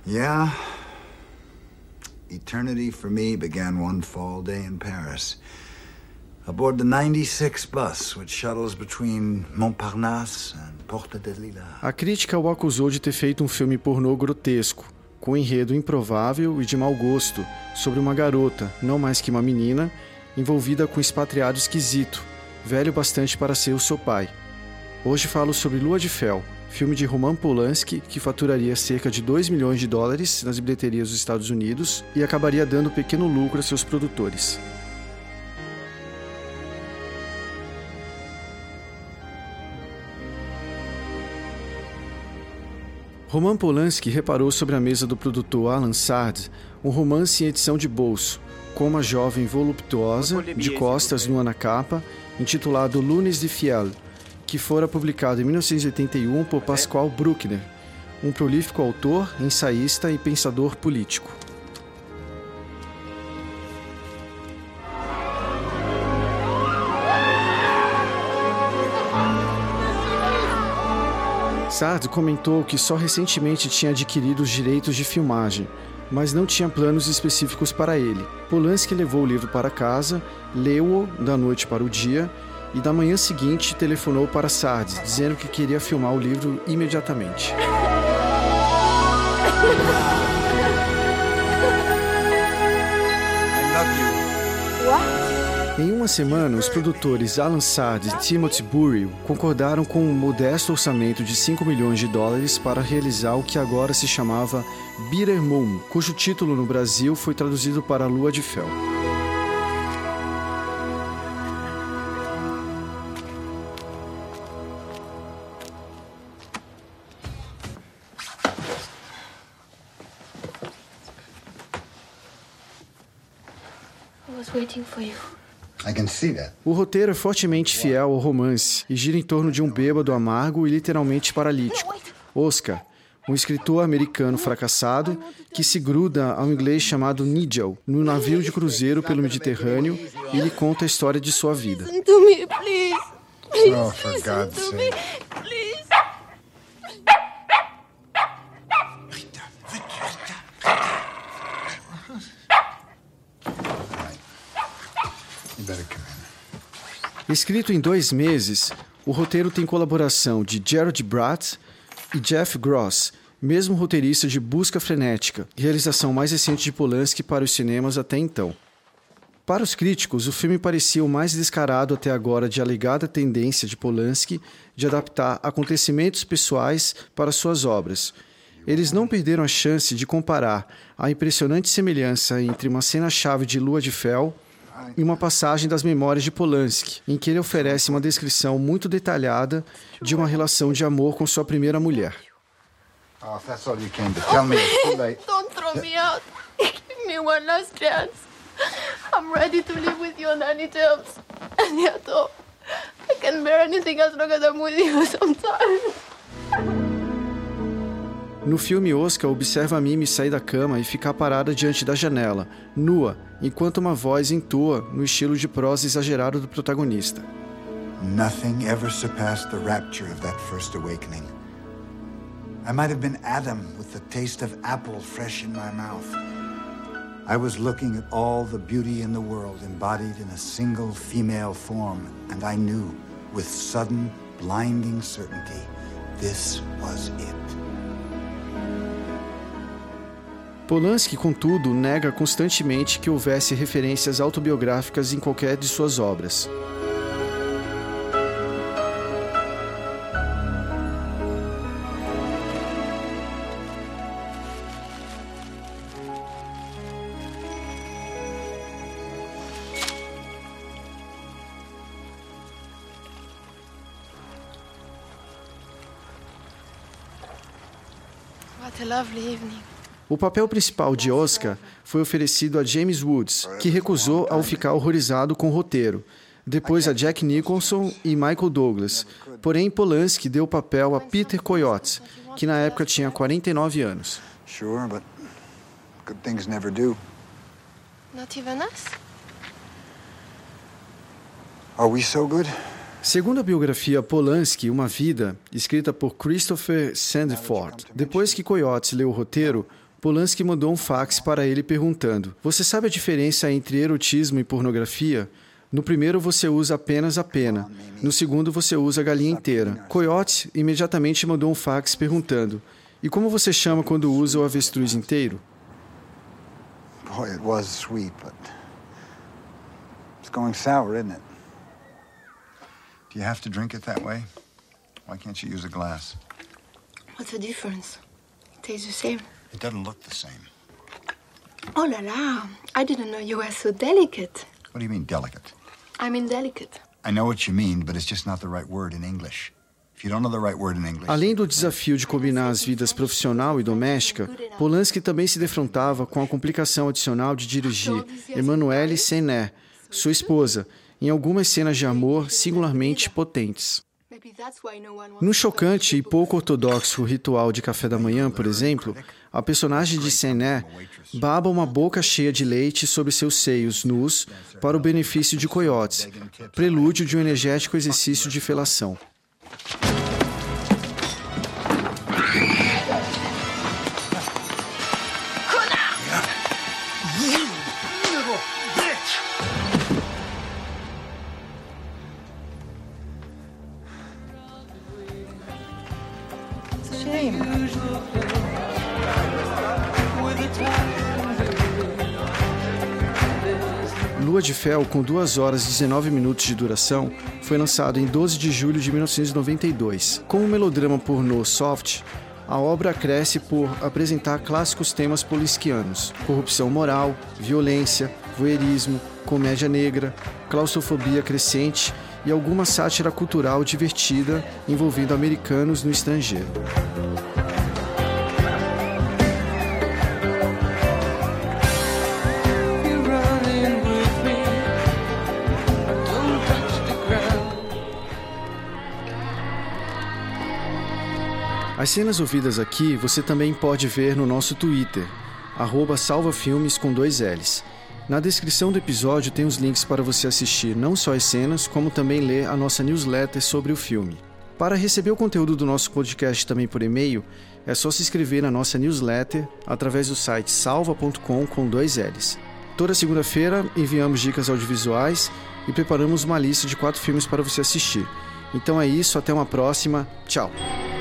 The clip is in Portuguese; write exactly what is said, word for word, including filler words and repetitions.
Yeah. Eternity for me began one fall day in Paris, aboard the ninety-six bus, which shuttles between Montparnasse and Porte des Lilas. A crítica o acusou de ter feito um filme pornô grotesco, com um enredo improvável e de mau gosto, sobre uma garota, não mais que uma menina, envolvida com um expatriado esquisito, velho bastante para ser o seu pai. Hoje falo sobre Lua de Fel, filme de Roman Polanski que faturaria cerca de dois milhões de dólares nas bilheterias dos Estados Unidos e acabaria dando pequeno lucro a seus produtores. Roman Polanski reparou sobre a mesa do produtor Alan Sard um romance em edição de bolso, com uma jovem voluptuosa, de costas nua na capa, intitulado Lunes de Fiel, que fora publicado em mil novecentos e oitenta e um por Pascal Bruckner, um prolífico autor, ensaísta e pensador político. Sard comentou que só recentemente tinha adquirido os direitos de filmagem, mas não tinha planos específicos para ele. Polanski levou o livro para casa, leu-o da noite para o dia e da manhã seguinte telefonou para Sard, dizendo que queria filmar o livro imediatamente. Em uma semana, os produtores Alan Sard e Timothy Burrill concordaram com um modesto orçamento de cinco milhões de dólares para realizar o que agora se chamava Bitter Moon, cujo título no Brasil foi traduzido para Lua de Fel. I was waiting for you. I can see that. O roteiro é fortemente fiel ao romance e gira em torno de um bêbado amargo e literalmente paralítico, Oscar, um escritor americano fracassado que se gruda a um inglês chamado Nigel no navio de cruzeiro pelo Mediterrâneo e lhe conta a história de sua vida. Listen to me, please. Please, Oh, for listen God's to me, sake. please. You better come in. Escrito em dois meses, o roteiro tem colaboração de Gerald Bratt e Jeff Gross, mesmo roteirista de Busca Frenética, realização mais recente de Polanski para os cinemas até então. Para os críticos, o filme parecia o mais descarado até agora de alegada tendência de Polanski de adaptar acontecimentos pessoais para suas obras. Eles não perderam a chance de comparar a impressionante semelhança entre uma cena-chave de Lua de Fel e uma passagem das Memórias de Polanski, em que ele oferece uma descrição muito detalhada de uma relação de amor com sua primeira mulher. Oh, if that's all you came to tell me, it's too late. Don't throw me out. Give me one last chance. I'm ready to live with you on any terms. And yet, oh, I can bear anything as long as I'm with you sometimes. No filme, Oscar observa a Mimi sair da cama e ficar parada diante da janela, nua, enquanto uma voz entoa no estilo de prosa exagerado do protagonista. Nothing ever surpassed the rapture of that first awakening. I might have been Adam with the taste of apple fresh in my mouth. I was looking at all the beauty in the world embodied in a single female form, and I knew, with sudden, blinding certainty, this was it. Polanski, contudo, nega constantemente que houvesse referências autobiográficas em qualquer de suas obras. What a lovely evening. O papel principal de Oscar foi oferecido a James Woods, que recusou ao ficar horrorizado com o roteiro. Depois a Jack Nicholson e Michael Douglas. Porém, Polanski deu o papel a Peter Coyote, que na época tinha quarenta e nove anos. Sure, but good things never do. Not even us? Are we so good? Segundo a biografia Polanski, Uma Vida, escrita por Christopher Sandford, depois que Coyote leu o roteiro, Polanski mandou um fax para ele perguntando: você sabe a diferença entre erotismo e pornografia? No primeiro você usa apenas a pena, no segundo você usa a galinha inteira. Coyote imediatamente mandou um fax perguntando: e como você chama quando usa o avestruz inteiro? Boy, it was sweet, but it's going sour, isn't it? Do you have to drink it that way? Why can't you use a glass? What's the difference? It tastes the same. It doesn't look the same. Oh la la, I didn't know you were so delicate. What do you mean, delicate? I mean delicate. I know what you mean, but it's just not the right word in English. If you don't know the right word in English... Além do desafio de combinar as vidas profissional e doméstica, Polanski também se defrontava com a complicação adicional de dirigir Emmanuelle Senet, sua esposa, em algumas cenas de amor singularmente potentes. No chocante e pouco ortodoxo ritual de café da manhã, por exemplo, a personagem de Senet baba uma boca cheia de leite sobre seus seios nus para o benefício de Coyote, prelúdio de um energético exercício de felação. Lua de Fel, com duas horas e dezenove minutos de duração, foi lançado em doze de julho de mil novecentos e noventa e dois. Como melodrama pornô soft, a obra cresce por apresentar clássicos temas polanskianos: corrupção moral, violência, voyeurismo, comédia negra, claustrofobia crescente e alguma sátira cultural divertida envolvendo americanos no estrangeiro. As cenas ouvidas aqui você também pode ver no nosso Twitter, arroba salvafilmes com dois L's. Na descrição do episódio tem os links para você assistir não só as cenas, como também ler a nossa newsletter sobre o filme. Para receber o conteúdo do nosso podcast também por e-mail, é só se inscrever na nossa newsletter através do site salva ponto com com dois L's. Toda segunda-feira enviamos dicas audiovisuais e preparamos uma lista de quatro filmes para você assistir. Então é isso, até uma próxima, tchau!